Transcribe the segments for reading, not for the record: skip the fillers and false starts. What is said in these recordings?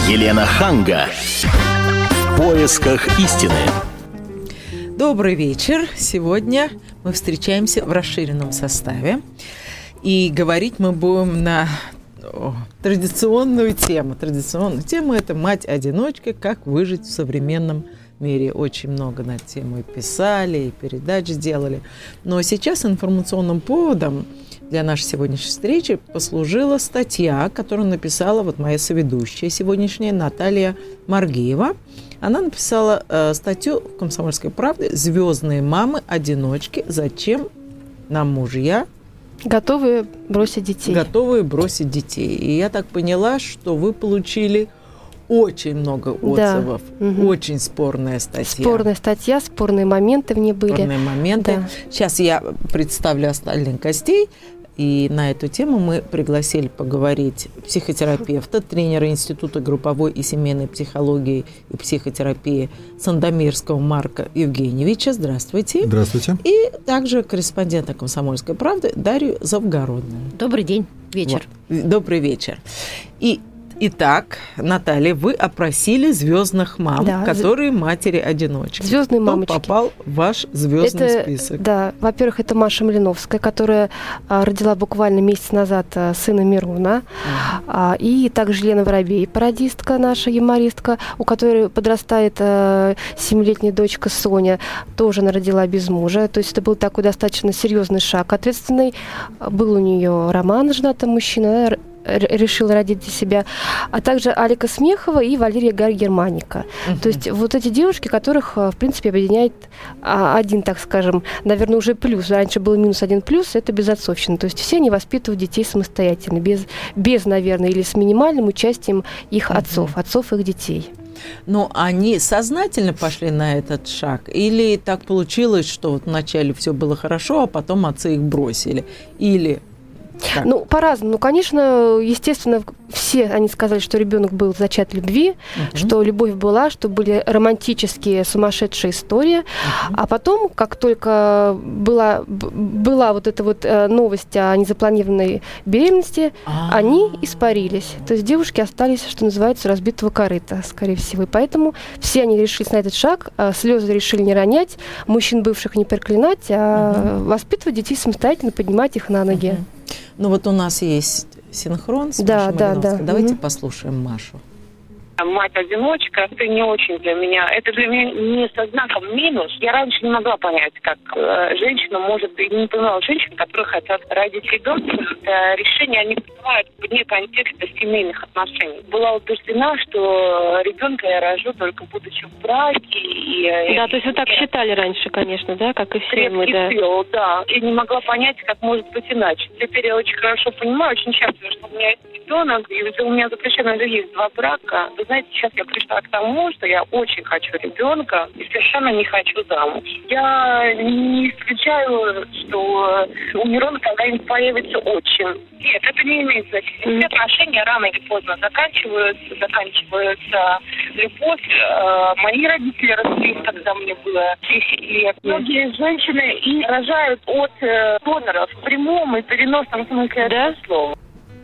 Елена Ханга. В поисках истины. Добрый вечер. Сегодня мы встречаемся в расширенном составе. И говорить мы будем на традиционную тему. Традиционную тему – это мать-одиночка, как выжить в современном мире. Очень много на эту тему и писали, и передач сделали. Но сейчас информационным поводом для нашей сегодняшней встречи послужила статья, которую написала моя соведущая сегодняшняя Наталья Маргиева. Она написала статью в «Комсомольской правде» «Звездные мамы-одиночки. Зачем нам мужья готовые бросить детей». Готовые бросить детей. И я так поняла, что вы получили очень много отзывов. Да. Очень спорная статья. Спорная статья, спорные моменты в ней были. Спорные моменты. Да. Сейчас я представлю остальных гостей. И на эту тему мы пригласили поговорить психотерапевта, тренера Института групповой и семейной психологии и психотерапии Сандомирского Марка Евгеньевича. Здравствуйте. Здравствуйте. И также корреспондента «Комсомольской правды» Дарью Завгородную. Добрый день, вечер. Добрый вечер. Итак, Наталья, вы опросили звездных мам, которые матери-одиночки. Звездные мамочки. Кто попал в ваш звездный список? Да, во-первых, это Маша Малиновская, которая родила буквально месяц назад сына Мируна. И также Лена Воробей, пародистка наша, юмористка, у которой подрастает 7-летняя дочка Соня, тоже она родила без мужа. То есть это был такой достаточно серьезный шаг, ответственный. Был у нее роман с женатым мужчиной, решила родить для себя, а также Алика Смехова и Валерия Германика. То есть вот эти девушки, которых, в принципе, объединяет один, так скажем, наверное, уже плюс. Раньше был минус один плюс, это безотцовщина. То есть все они воспитывают детей самостоятельно, без, наверное, или с минимальным участием их отцов их детей. Но они сознательно пошли на этот шаг? Или так получилось, что вначале все было хорошо, а потом отцы их бросили? Или... Так. По-разному. Конечно, естественно, все они сказали, что ребенок был зачат любви, что любовь была, что были романтические, сумасшедшие истории. А потом, как только была вот эта новость о незапланированной беременности, они испарились. То есть девушки остались, что называется, разбитого корыта, скорее всего. И поэтому все они решились на этот шаг, слезы решили не ронять, мужчин бывших не проклинать, а воспитывать детей самостоятельно, поднимать их на ноги. У нас есть синхрон с Машей Малиновской. Давайте послушаем Машу. Мать-одиночка, это не очень для меня. Это для меня не со знаком минус. Я раньше не могла понять, как женщина может... Не понимала женщин, которые хотят родить ребенка. Это решение они принимают вне контекста семейных отношений. Была убеждена, что ребенка я рожу только будучи в браке. Да, то есть вы так считали раньше, конечно, да, как и все мы, да. Сил, да. И не могла понять, как может быть иначе. Теперь я очень хорошо понимаю, очень часто, что у меня есть ребенок, и у меня запрещено есть 2 брака. Вы знаете, сейчас я пришла к тому, что я очень хочу ребенка и совершенно не хочу замуж. Я не исключаю, что у Мирона когда-нибудь появится отчим. Нет, это не имеет значения. Все отношения рано или поздно заканчиваются любовь. Мои родители росли, когда мне было 10 лет. Многие женщины и рожают от доноров в прямом и переносном смысле этого слова.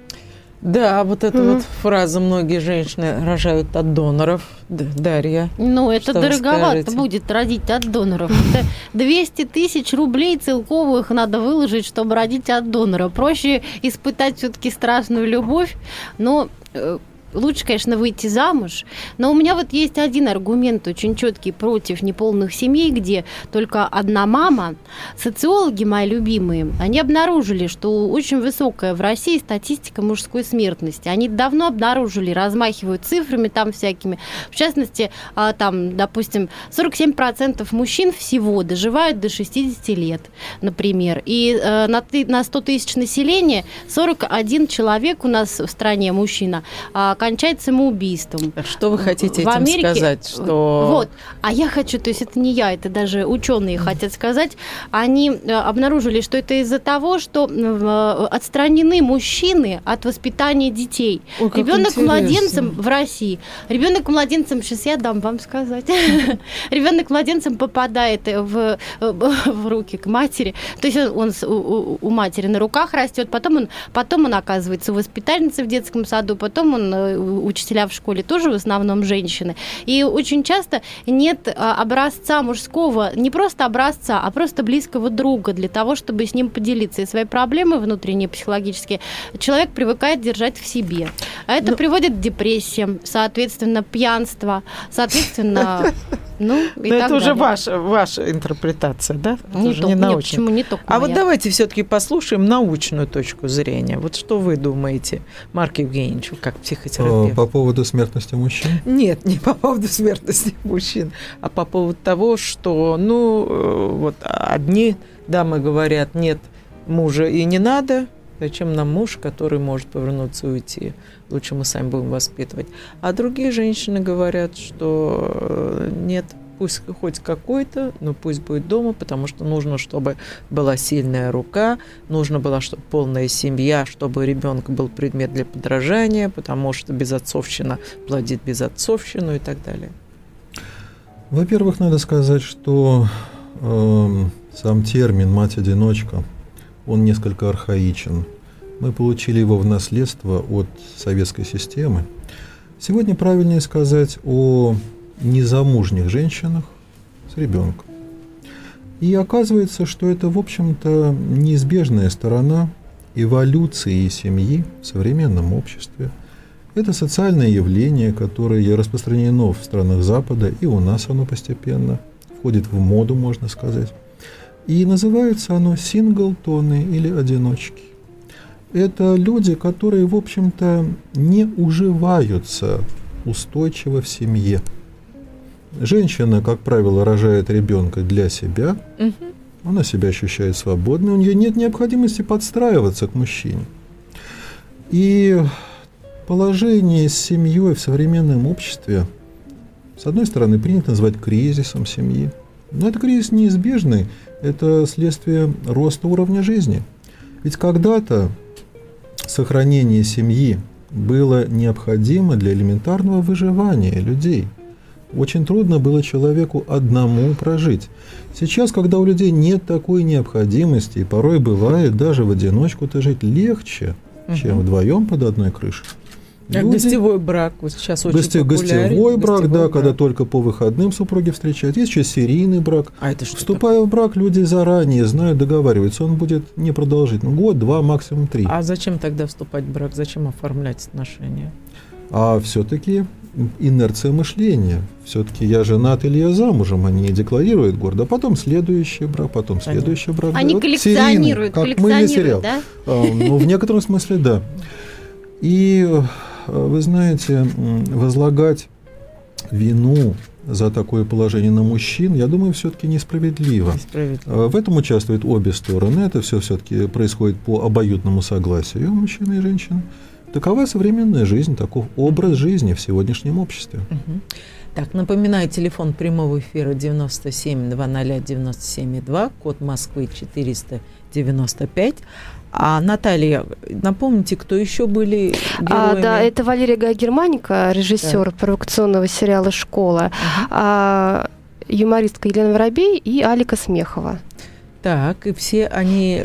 Да, эта фраза «многие женщины рожают от доноров». Дарья, это дороговато будет родить от доноров. Это 200 тысяч рублей целковых надо выложить, чтобы родить от донора. Проще испытать все-таки страстную любовь, но... Лучше, конечно, выйти замуж, но у меня есть один аргумент очень четкий против неполных семей, где только одна мама. Социологи мои любимые, они обнаружили, что очень высокая в России статистика мужской смертности. Они давно обнаружили, размахивают цифрами там всякими. В частности, допустим, 47% мужчин всего доживают до 60 лет, например. И на 100 тысяч населения 41 человек у нас в стране, мужчина, кончает самоубийством. Что вы хотите этим сказать? Что... А я хочу, то есть это не я, это даже ученые хотят сказать, они обнаружили, что это из-за того, что отстранены мужчины от воспитания детей. Ребенок-младенцем в России, ребенок-младенцем, сейчас я дам вам сказать, ребенок-младенцем попадает в руки к матери, то есть он у матери на руках растет, потом он оказывается у воспитательницы в детском саду, потом он учителя в школе тоже в основном женщины. И очень часто нет образца мужского, не просто образца, а просто близкого друга для того, чтобы с ним поделиться. И свои проблемы внутренние, психологические, человек привыкает держать в себе. А это приводит к депрессиям, соответственно, пьянство, соответственно... это уже ваша интерпретация, да? Не научная. Почему не только моя. Вот давайте все-таки послушаем научную точку зрения. Вот что вы думаете, Марк Евгеньевич, как психотерапевт? По поводу смертности мужчин? Нет, не по поводу смертности мужчин, а по поводу того, что, вот одни дамы говорят, нет, мужа и не надо, зачем нам муж, который может повернуться и уйти? Лучше мы сами будем воспитывать. А другие женщины говорят, что нет, пусть хоть какой-то, но пусть будет дома, потому что нужно, чтобы была сильная рука, нужно было, чтобы полная семья, чтобы ребенок был предмет для подражания, потому что безотцовщина плодит безотцовщину и так далее. Во-первых, надо сказать, что сам термин «мать-одиночка», он несколько архаичен. Мы получили его в наследство от советской системы. Сегодня правильнее сказать о незамужних женщинах с ребенком. И оказывается, что это, в общем-то, неизбежная сторона эволюции семьи в современном обществе. Это социальное явление, которое распространено в странах Запада, и у нас оно постепенно входит в моду, можно сказать. И называется оно синглтоны или одиночки. Это люди, которые, в общем-то, не уживаются устойчиво в семье. Женщина, как правило, рожает ребенка для себя, она себя ощущает свободной, у нее нет необходимости подстраиваться к мужчине. И положение с семьей в современном обществе, с одной стороны, принято называть кризисом семьи, но это кризис неизбежный, это следствие роста уровня жизни. Ведь когда-то сохранение семьи было необходимо для элементарного выживания людей. Очень трудно было человеку одному прожить. Сейчас, когда у людей нет такой необходимости, и порой бывает даже в одиночку-то жить легче, чем вдвоем под одной крышей. Гостевой брак вот сейчас очень популярен. Гостевой брак, да, когда только по выходным супруги встречают. Есть еще серийный брак. А это что? Вступая в брак, люди заранее знают, договариваются. Он будет непродолжительным. Год, 2, максимум 3. А зачем тогда вступать в брак? Зачем оформлять отношения? А все-таки инерция мышления. Все-таки я женат или я замужем. Они декларируют гордо. А потом следующий брак, потом следующий брак. Они вот коллекционируют, серийный, как мыльный сериал. Да? Ну, в некотором смысле, да. И вы знаете, возлагать вину за такое положение на мужчин, я думаю, все-таки несправедливо. В этом участвуют обе стороны. Это все-таки происходит по обоюдному согласию мужчины и женщины. Такова современная жизнь, таков образ жизни в сегодняшнем обществе. Так, напоминаю, телефон прямого эфира 97-00-97-2, код Москвы 495. А, Наталья, напомните, кто еще были героями? Да, это Валерия Гай-Германика, режиссер провокационного сериала «Школа», юмористка Елена Воробей и Алика Смехова. Так, и все они...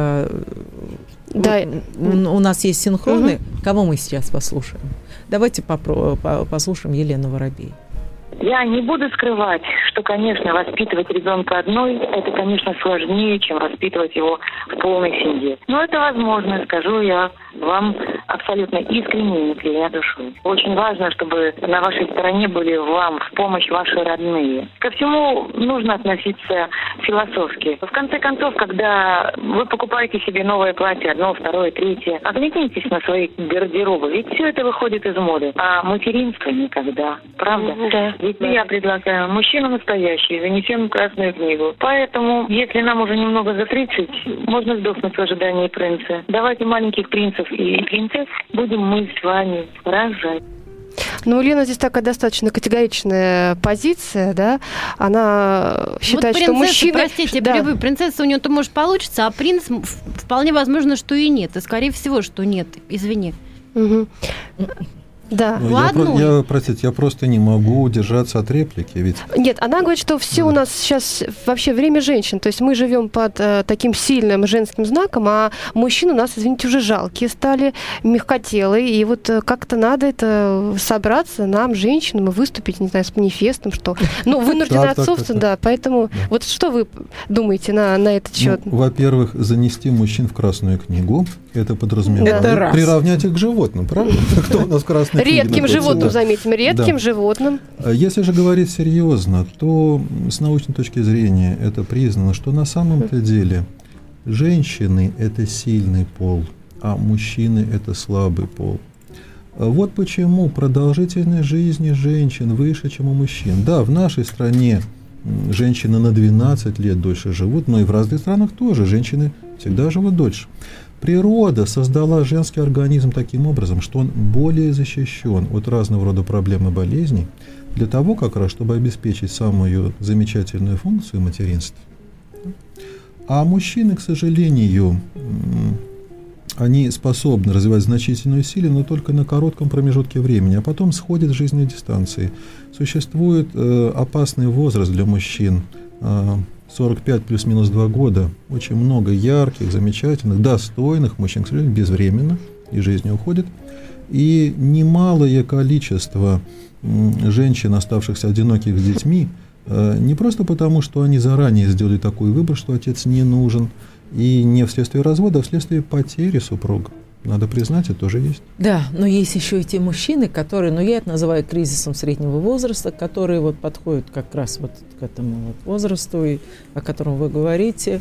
Да. У нас есть синхроны. Кого мы сейчас послушаем? Давайте послушаем Елену Воробей. Я не буду скрывать, что, конечно, воспитывать ребенка одной, это, конечно, сложнее, чем воспитывать его в полной семье. Но это возможно, скажу я вам абсолютно искренне, не кривя душой. Очень важно, чтобы на вашей стороне были вам в помощь ваши родные. Ко всему нужно относиться философски. В конце концов, когда вы покупаете себе новое платье, одно, второе, третье, оглянитесь на свои гардеробы, ведь все это выходит из моды. А материнство никогда. Правда? Да. Ведь я предлагаю мужчину настоящий, занесем в Красную книгу. Поэтому, если нам уже немного за 30, можно сдохнуть в ожидании принца. Давайте маленьких принцев и принцесс будем мы с вами рожать. Ну, у Лены здесь такая достаточно категоричная позиция, да? Она считает, вот что мужчина... Простите, принцесса у нее-то может получится, а принц вполне возможно, что и нет. И скорее всего, что нет. Извини. Да. Простите, я просто не могу удержаться от реплики. Ведь... Нет, она говорит, что все у нас сейчас вообще время женщин. То есть мы живем под таким сильным женским знаком, а мужчины у нас, извините, уже жалкие стали, мягкотелые. И вот как-то надо это собраться нам, женщинам, и выступить, не знаю, с манифестом, что... Ну, вынужденное отцовство, да. Поэтому вот что вы думаете на этот счет? Во-первых, занести мужчин в Красную книгу, это подразумевает приравнять их к животным, правда? Кто у нас в Красной книге? Редким животным, заметим, редким животным. Если же говорить серьезно, то с научной точки зрения это признано, что на самом-то деле женщины – это сильный пол, а мужчины – это слабый пол. Вот почему продолжительность жизни женщин выше, чем у мужчин. Да, в нашей стране женщины на 12 лет дольше живут, но и в разных странах тоже женщины всегда живут дольше. Природа создала женский организм таким образом, что он более защищен от разного рода проблем и болезней, для того, как раз, чтобы обеспечить самую замечательную функцию материнства. А мужчины, к сожалению, они способны развивать значительную силу, но только на коротком промежутке времени, а потом сходят с жизненной дистанции. Существует опасный возраст для мужчин, 45 плюс-минус 2 года. Очень много ярких, замечательных, достойных мужчин, к сожалению, безвременно из жизни уходит. И немалое количество женщин, оставшихся одиноких с детьми, не просто потому, что они заранее сделали такой выбор, что отец не нужен, и не вследствие развода, а вследствие потери супруга. Надо признать, это тоже есть. Да, но есть еще и те мужчины, которые, я это называю кризисом среднего возраста, которые вот подходят как раз вот к этому вот возрасту, о котором вы говорите,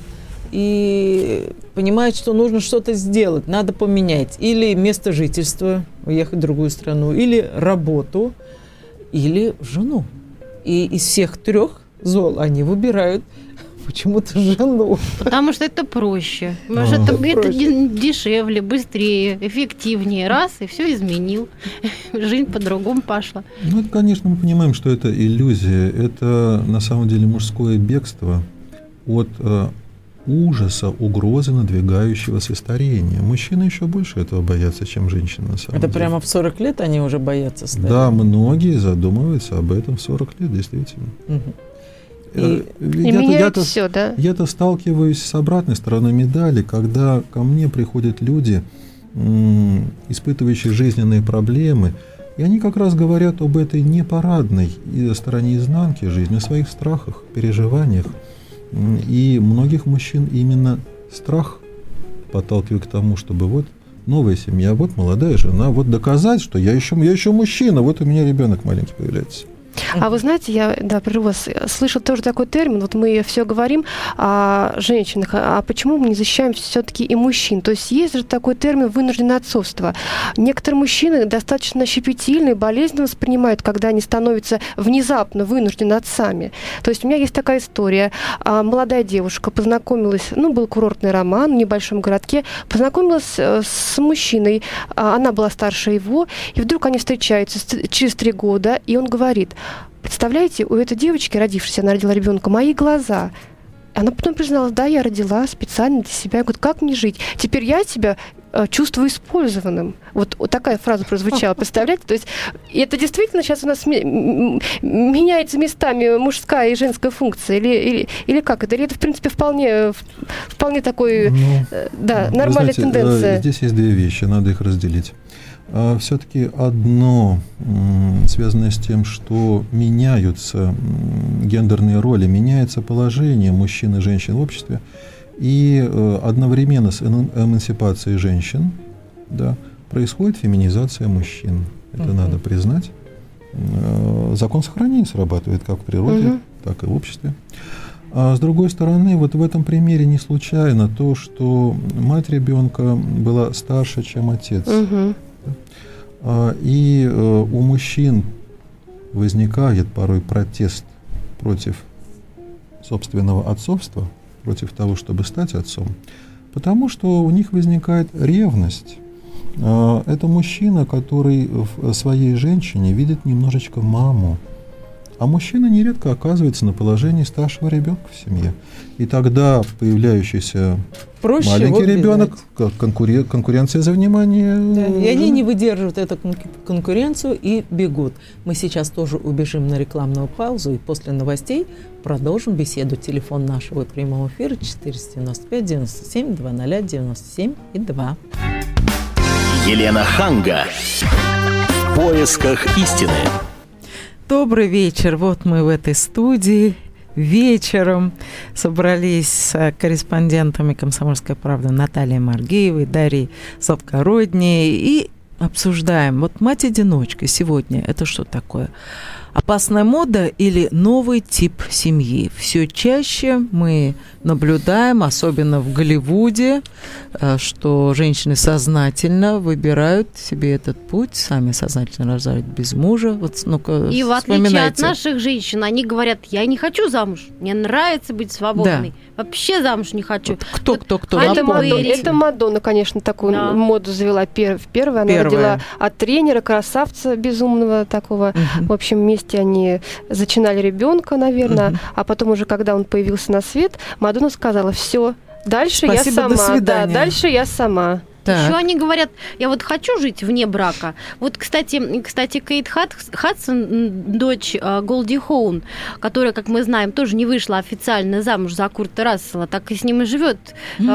и понимают, что нужно что-то сделать, надо поменять или место жительства, уехать в другую страну, или работу, или жену. И из всех трех зол они выбирают почему-то жену. Потому что это проще. Может, это дешевле, быстрее, эффективнее. Раз, и все изменил. Жизнь по-другому пошла. Это, конечно, мы понимаем, что это иллюзия. Это, на самом деле, мужское бегство от ужаса, угрозы надвигающегося старения. Мужчины еще больше этого боятся, чем женщины, на самом деле. Это прямо в 40 лет они уже боятся старения? Да, многие задумываются об этом в 40 лет, действительно. Я-то сталкиваюсь с обратной стороной медали, когда ко мне приходят люди, испытывающие жизненные проблемы, и они как раз говорят об этой непарадной стороне изнанки жизни, о своих страхах, переживаниях. И многих мужчин именно страх подталкивает к тому, чтобы вот новая семья, вот молодая жена, вот доказать, что я еще мужчина, вот у меня ребенок маленький появляется. А вы знаете, я, прерву вас, слышал тоже такой термин, вот мы все говорим о женщинах, а почему мы не защищаем все-таки и мужчин? То есть есть же такой термин «вынужденное отцовство». Некоторые мужчины достаточно щепетильны, болезненно воспринимают, когда они становятся внезапно вынуждены отцами. То есть у меня есть такая история. Молодая девушка познакомилась, был курортный роман в небольшом городке, познакомилась с мужчиной, она была старше его, и вдруг они встречаются через 3 года, и он говорит: представляете, у этой девочки, родившейся, она родила ребенка, мои глаза. Она потом призналась: да, я родила специально для себя. Я говорю: как мне жить? Теперь я себя чувствую использованным. Вот такая фраза прозвучала, представляете? То есть это действительно сейчас у нас меняется местами мужская и женская функция? Или как это? Или это, в принципе, вполне такой, нормальная тенденция? Здесь есть 2 вещи, надо их разделить. Все-таки одно связано с тем, что меняются гендерные роли, меняется положение мужчин и женщин в обществе, и одновременно с эмансипацией женщин происходит феминизация мужчин. Это надо признать. Закон сохранения срабатывает как в природе, так и в обществе. А с другой стороны, вот в этом примере не случайно то, что мать ребенка была старше, чем отец. И у мужчин возникает порой протест против собственного отцовства, против того, чтобы стать отцом, потому что у них возникает ревность. Это мужчина, который в своей женщине видит немножечко маму. А мужчина нередко оказывается на положении старшего ребенка в семье. И тогда появляющийся маленький ребенок, конкуренция за внимание. Да, и они не выдерживают эту конкуренцию и бегут. Мы сейчас тоже убежим на рекламную паузу и после новостей продолжим беседу. Телефон нашего прямого эфира 495-97-00-97 и 2. Елена Ханга. В поисках истины. Добрый вечер. Вот мы в этой студии вечером собрались с корреспондентами «Комсомольской правды» Натальей Маргиевой, Дарьей Завгородней и обсуждаем. Вот мать-одиночка сегодня – это что такое? Опасная мода или новый тип семьи? Все чаще мы наблюдаем, особенно в Голливуде, что женщины сознательно выбирают себе этот путь, сами сознательно рожают без мужа. Вот, ну-ка, и в отличие от наших женщин, они говорят: я не хочу замуж, мне нравится быть свободной. Да. Вообще замуж не хочу. Вот кто? Это Мадонна, конечно, такую моду завела первая. Она родила от тренера, красавца безумного такого. В общем, вместе они зачинали ребенка, наверное, а потом уже, когда он появился на свет, Мадонна сказала: все, дальше я сама. До свидания. Да, дальше я сама. Так. Еще они говорят: я вот хочу жить вне брака. Вот, кстати, Кейт Хадсон, дочь Голди Хоун, которая, как мы знаем, тоже не вышла официально замуж за Курта Рассела, так и с ним и живет без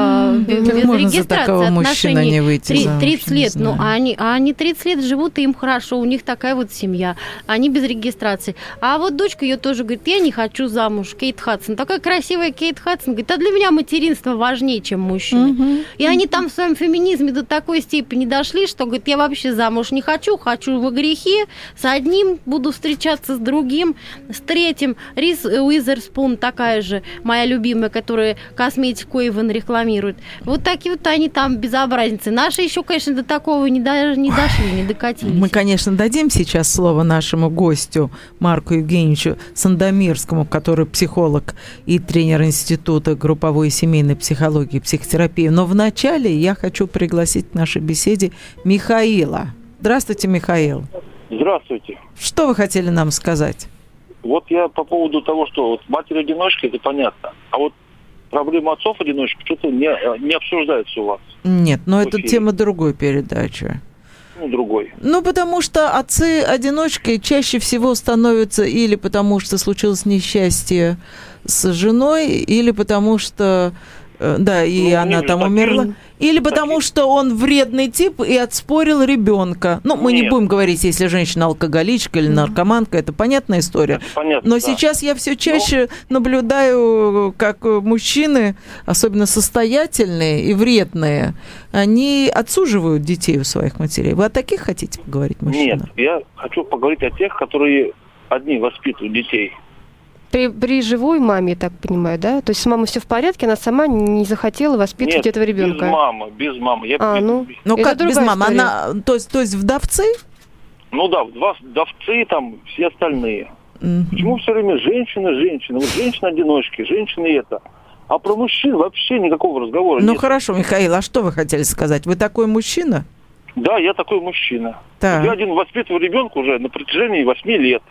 регистрации отношений 30 лет. Ну, они 30 лет живут, и им хорошо, у них такая вот семья. Они без регистрации. А вот дочка ее тоже говорит: я не хочу замуж. Кейт Хадсон. Такая красивая Кейт Хадсон. Говорит: а для меня материнство важнее, чем мужчина. И они там в своем феминизме до такой степени дошли, что, говорит, я вообще замуж не хочу, хочу во грехе, с одним буду встречаться, с другим, с третьим. Риз Уизерспун такая же, моя любимая, которая косметику Эйвен рекламирует. Вот такие вот они там безобразницы. Наши еще, конечно, до такого не дошли, не докатились. Мы, конечно, дадим сейчас слово нашему гостю Марку Евгеньевичу Сандомирскому, который психолог и тренер Института групповой и семейной психологии и психотерапии. Но вначале я хочу пригласить в нашей беседе Михаила. Здравствуйте, Михаил. Здравствуйте. Что вы хотели нам сказать? Вот я по поводу того, что вот матери-одиночки, это понятно. А вот проблема отцов-одиночек что-то не обсуждается у вас. Нет, но это тема другой передачи. Другой. Ну, потому что отцы-одиночки чаще всего становятся или потому что случилось несчастье с женой, или потому что... Да, и она там умерла. Или потому что он вредный тип и отспорил ребенка. Ну, мы не будем говорить, если женщина алкоголичка или наркоманка, это понятная история. Это понятно, но сейчас я все чаще наблюдаю, как мужчины, особенно состоятельные и вредные, они отсуживают детей у своих матерей. Вы о таких хотите поговорить, мужчина? Нет, я хочу поговорить о тех, которые одни воспитывают детей. При живой маме, я так понимаю, да? То есть с мамой все в порядке, она сама не захотела воспитывать этого ребенка. Без мамы. Ну как без мамы? Она, то есть вдовцы? Ну да, вдовцы там, все остальные. Почему все время женщины? Вот женщины-одиночки, женщины это. А про мужчин вообще никакого разговора нет. Ну хорошо, Михаил, а что вы хотели сказать? Вы такой мужчина? Да, я такой мужчина. Я один воспитываю ребенка уже на протяжении 8 лет.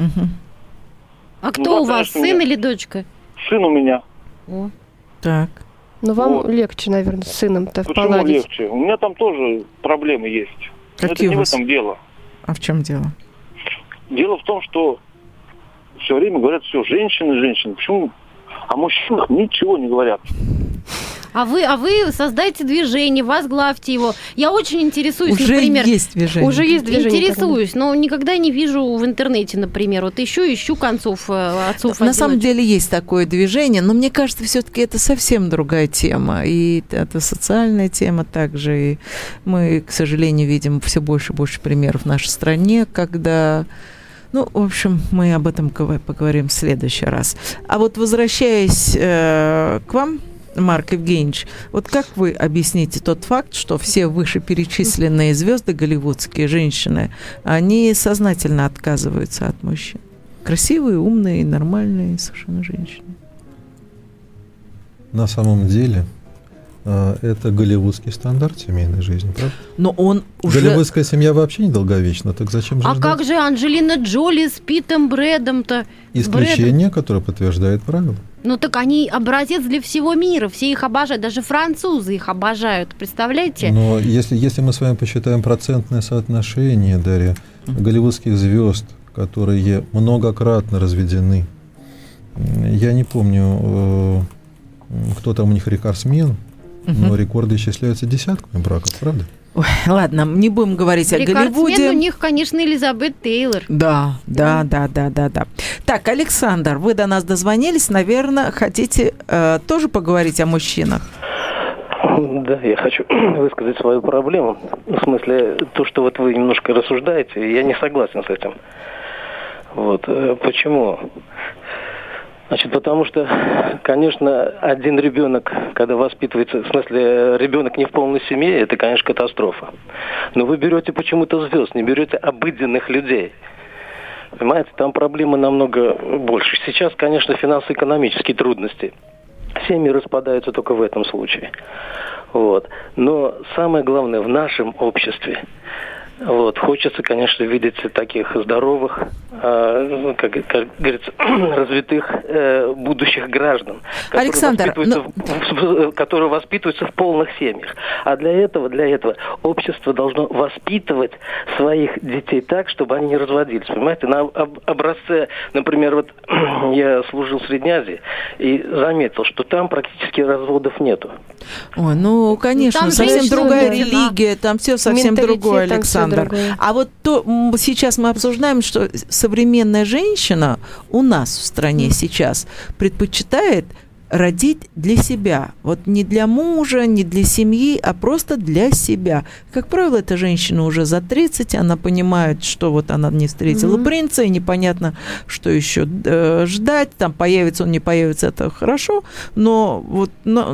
А кто у вас, сын или дочка? Сын у меня. О. Так. Ну, вам легче, наверное, с сыном-то поладить. Почему легче? У меня там тоже проблемы есть. Какие это не у вас? в этом дело. А в чем дело? Дело в том, что все время говорят, все, женщины. Почему? О мужчинах ничего не говорят. А вы создайте движение, возглавьте его. Я очень интересуюсь, уже например... Есть движение. Уже есть движение. Интересуюсь, но никогда не вижу в интернете, например. Вот ищу концов отцов. На самом деле есть такое движение, но мне кажется, все-таки это совсем другая тема. И это социальная тема также. И мы, к сожалению, видим все больше и больше примеров в нашей стране, когда... Ну, в общем, мы об этом поговорим в следующий раз. А вот возвращаясь к вам, Марк Евгеньевич, вот как вы объясните тот факт, что все вышеперечисленные звезды голливудские женщины, они сознательно отказываются от мужчин? Красивые, умные, нормальные совершенно женщины. На самом деле Это голливудский стандарт семейной жизни, правда? Но он уже... Голливудская семья вообще недолговечна, так зачем же ждать? Как же Анджелина Джоли с Питом Брэдом-то? Исключение, которое подтверждает правило. Ну так они образец для всего мира, все их обожают, даже французы их обожают, представляете? Но если мы с вами посчитаем процентное соотношение, Дарья, голливудских звезд, которые многократно разведены, я не помню, кто там у них рекордсмен, но рекорды исчисляются десятками браков, правда? Ой, ладно, не будем говорить о Голливуде. Рекордсмен у них, конечно, Элизабет Тейлор. Да. Так, Александр, вы до нас дозвонились, наверное, хотите тоже поговорить о мужчинах? Да, я хочу высказать свою проблему. В смысле, то, что вот вы немножко рассуждаете, я не согласен с этим. Вот. Почему? Значит, потому что, конечно, один ребенок, когда воспитывается, в смысле, ребенок не в полной семье, это, конечно, катастрофа. Но вы берете почему-то звезд, не берете обыденных людей. Понимаете, там проблемы намного больше. Сейчас, конечно, финансово-экономические трудности. Семьи распадаются только в этом случае. Вот. Но самое главное, в нашем обществе, вот, хочется, конечно, видеть таких здоровых, как говорится, развитых будущих граждан, которые воспитываются в полных семьях. А для этого общество должно воспитывать своих детей так, чтобы они не разводились. Понимаете, на образце, например, вот я служил в Средней Азии и заметил, что там практически разводов нету. Ой, ну, конечно, там совсем другая религия, там все совсем другое, Александр. А вот сейчас мы обсуждаем, что современная женщина у нас в стране сейчас предпочитает родить для себя. Вот не для мужа, не для семьи, а просто для себя. Как правило, эта женщина уже за 30, она понимает, что вот она не встретила принца, и непонятно, что еще ждать, там появится он, не появится, это хорошо, но вот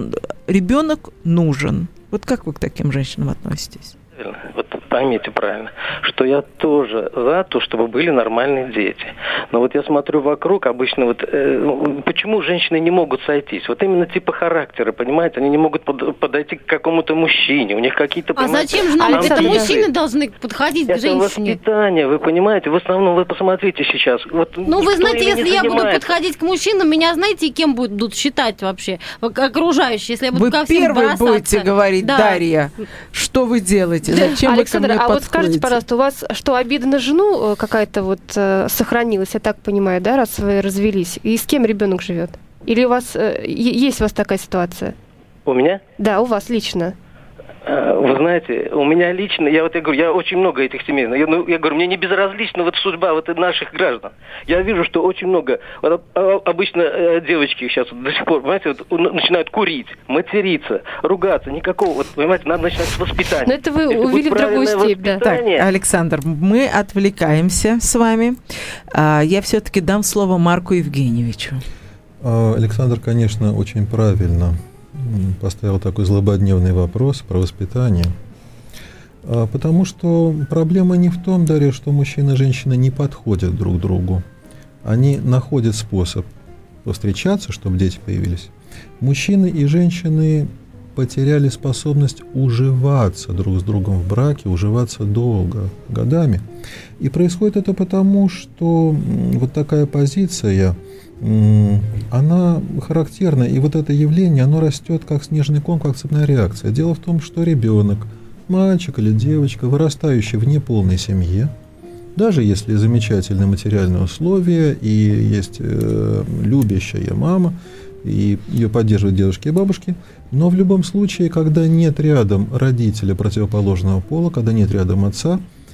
ребенок нужен. Вот как вы к таким женщинам относитесь? Вот поймите правильно, что я тоже за то, чтобы были нормальные дети. Но вот я смотрю вокруг, обычно вот почему женщины не могут сойтись? Вот именно типа характера, понимаете? Они не могут подойти к какому-то мужчине, у них какие-то... А зачем же нам это мужчины должны подходить к женщине? Это воспитание, вы понимаете? В основном вы посмотрите сейчас. Вот ну вы знаете, если я буду подходить к мужчинам, меня знаете, кем будут считать вообще окружающие, если я буду ко всем бросаться? Вы первой будете говорить, да. Дарья, что вы делаете? Зачем Александр, вы ко мне вот скажите, пожалуйста, у вас что, обида на жену какая-то вот сохранилась, я так понимаю, да, раз вы развелись? И с кем ребенок живет? Или у вас есть у вас такая ситуация? У меня? Да, у вас лично. Вы знаете, у меня лично, я говорю, я очень много этих семей, я говорю, мне не безразлична вот судьба вот наших граждан. Я вижу, что очень много, вот, обычно девочки сейчас до сих пор, понимаете, вот, начинают курить, материться, ругаться, никакого, вот, понимаете, надо начинать с воспитания. Но это вы увидели в другую степь, да. Так, Александр, мы отвлекаемся с вами. Я все-таки дам слово Марку Евгеньевичу. Александр, конечно, очень правильно поставил такой злободневный вопрос про воспитание. Потому что проблема не в том, Дарья, что мужчина и женщина не подходят друг другу. Они находят способ повстречаться, чтобы дети появились. Мужчины и женщины потеряли способность уживаться друг с другом в браке, уживаться долго, годами. И происходит это потому, что вот такая позиция, она характерна, и вот это явление, оно растет как снежный ком, как цепная реакция. Дело в том, что ребенок, мальчик или девочка, вырастающий в неполной семье, даже если замечательные материальные условия и есть любящая мама, и ее поддерживают дедушки и бабушки, но в любом случае, когда нет рядом родителя противоположного пола, когда нет рядом отца,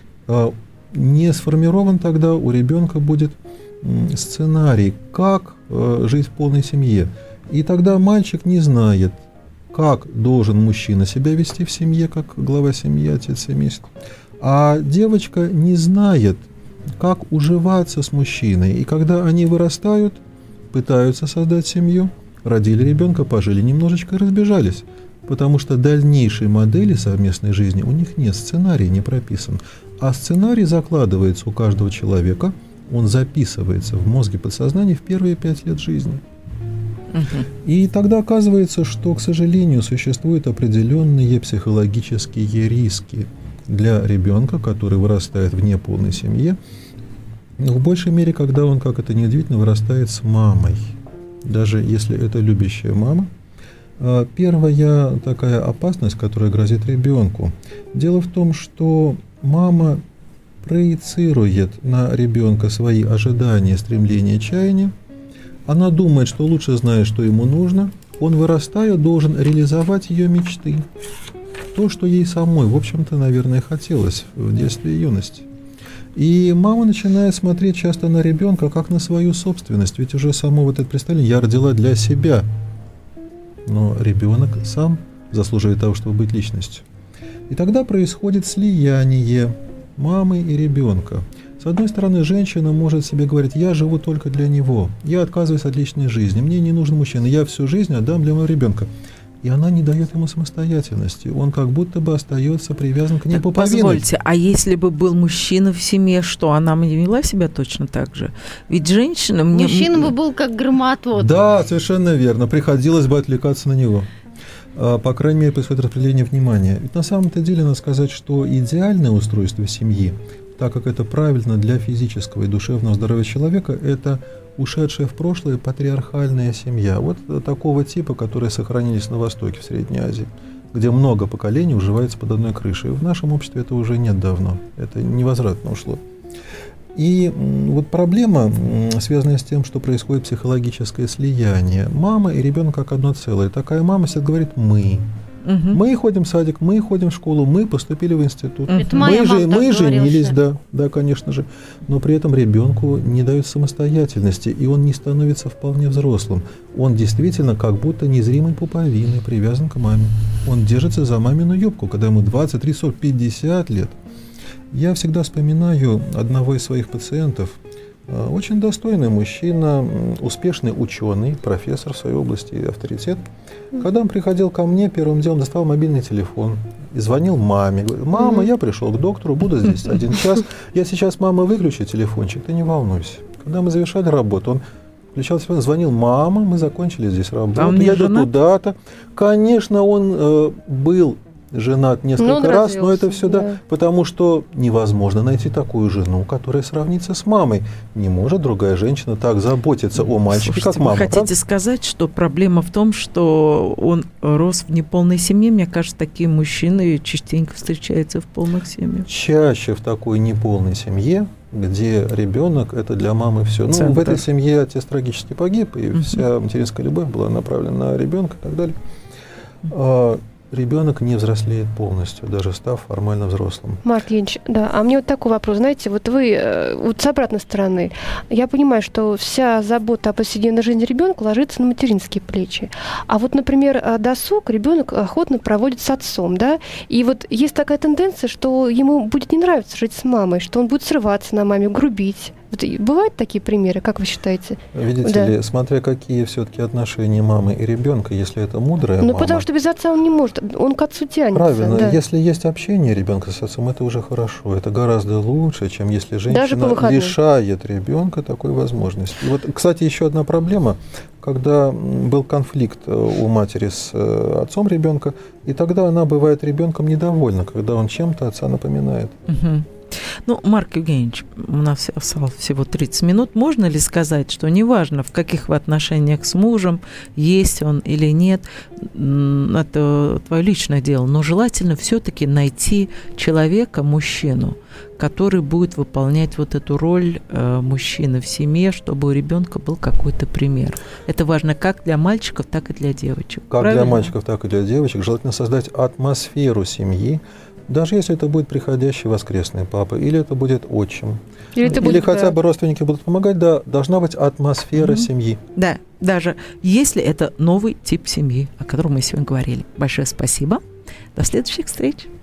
не сформирован тогда у ребенка будет сценарий, как жить в полной семье. И тогда мальчик не знает, как должен мужчина себя вести в семье, как глава семьи, отец семейства. А девочка не знает, как уживаться с мужчиной. И когда они вырастают, пытаются создать семью, родили ребенка, пожили немножечко и разбежались. Потому что дальнейшей модели совместной жизни у них нет, сценарий не прописан. А сценарий закладывается у каждого человека, он записывается в мозге подсознания в первые 5 лет жизни. И тогда оказывается, что, к сожалению, существуют определенные психологические риски для ребенка, который вырастает в неполной семье, но в большей мере, когда он, как это ни удивительно, вырастает с мамой. Даже если это любящая мама. Первая такая опасность, которая грозит ребенку. Дело в том, что мама проецирует на ребенка свои ожидания, стремления, чаяния. Она думает, что лучше знает, что ему нужно. Он, вырастая, должен реализовать ее мечты. То, что ей самой, в общем-то, наверное, хотелось в детстве и юности. И мама начинает смотреть часто на ребенка как на свою собственность. Ведь уже само вот это представление «я родила для себя». Но ребенок сам заслуживает того, чтобы быть личностью. И тогда происходит слияние мамы и ребенка. С одной стороны, женщина может себе говорить: я живу только для него, я отказываюсь от личной жизни, мне не нужен мужчина, я всю жизнь отдам для моего ребенка. И она не дает ему самостоятельности. Он как будто бы остается привязан к ней пуповиной. Позвольте, а если бы был мужчина в семье, что она бы не вела себя точно так же? Ведь женщина... Мужчина бы был как громотвод. Да, совершенно верно. Приходилось бы отвлекаться на него. По крайней мере, происходит распределение внимания. Ведь на самом-то деле надо сказать, что идеальное устройство семьи, так как это правильно для физического и душевного здоровья человека, это ушедшая в прошлое патриархальная семья. Вот такого типа, которые сохранились на Востоке, в Средней Азии, где много поколений уживается под одной крышей. В нашем обществе это уже нет давно. Это невозвратно ушло. И вот проблема, связанная с тем, что происходит психологическое слияние. Мама и ребенок как одно целое. Такая мама всегда говорит «мы». Мы ходим в садик, мы ходим в школу, мы поступили в институт, мы женились, да, конечно же, но при этом ребенку не дают самостоятельности, и он не становится вполне взрослым. Он действительно как будто незримой пуповиной привязан к маме. Он держится за мамину юбку, когда ему 20, 30, 40, 50 лет. Я всегда вспоминаю одного из своих пациентов, очень достойный мужчина, успешный ученый, профессор в своей области, авторитет. Когда он приходил ко мне, первым делом доставал мобильный телефон и звонил маме. Говорит: мама, я пришел к доктору, буду здесь 1 час. Я сейчас, мама, выключу телефончик, ты не волнуйся. Когда мы завершали работу, он включал телефон, звонил: мама, мы закончили здесь работу, еду туда-то. Конечно, он был женат несколько раз, но это все, да, потому что невозможно найти такую жену, которая сравнится с мамой. Не может другая женщина так заботиться о мальчике, как мама. Вы хотите сказать, что проблема в том, что он рос в неполной семье? Мне кажется, такие мужчины частенько встречаются в полных семьях. Чаще в такой неполной семье, где ребенок это для мамы все. Ну, в этой семье отец трагически погиб, и вся материнская любовь была направлена на ребенка и так далее. Ребенок не взрослеет полностью, даже став формально взрослым. Марк Евгеньевич, да, а мне вот такой вопрос. Знаете, вот вы, вот с обратной стороны, я понимаю, что вся забота о повседневной жизни ребенка ложится на материнские плечи. А вот, например, досуг ребенок охотно проводит с отцом, да? И вот есть такая тенденция, что ему будет не нравиться жить с мамой, что он будет срываться на маме, грубить. Вот бывают такие примеры, как вы считаете? Видите ли, смотря какие все-таки отношения мамы и ребенка, если это мудрая мама... Ну, потому что без отца он не может, он к отцу тянется. Правильно, да. Если есть общение ребенка с отцом, это уже хорошо, это гораздо лучше, чем если женщина лишает ребенка такой возможности. И вот, кстати, еще одна проблема, когда был конфликт у матери с отцом ребенка, и тогда она бывает ребенком недовольна, когда он чем-то отца напоминает. Ну, Марк Евгеньевич, у нас осталось всего 30 минут. Можно ли сказать, что неважно, в каких вы отношениях с мужем, есть он или нет, это твое личное дело, но желательно все-таки найти человека, мужчину, который будет выполнять вот эту роль мужчины в семье, чтобы у ребенка был какой-то пример. Это важно как для мальчиков, так и для девочек. Как правильно? Для мальчиков, так и для девочек. Желательно создать атмосферу семьи, даже если это будет приходящий воскресный папа, или это будет отчим, или хотя бы родственники будут помогать, да, должна быть атмосфера семьи. Да, даже если это новый тип семьи, о котором мы сегодня говорили. Большое спасибо. До следующих встреч.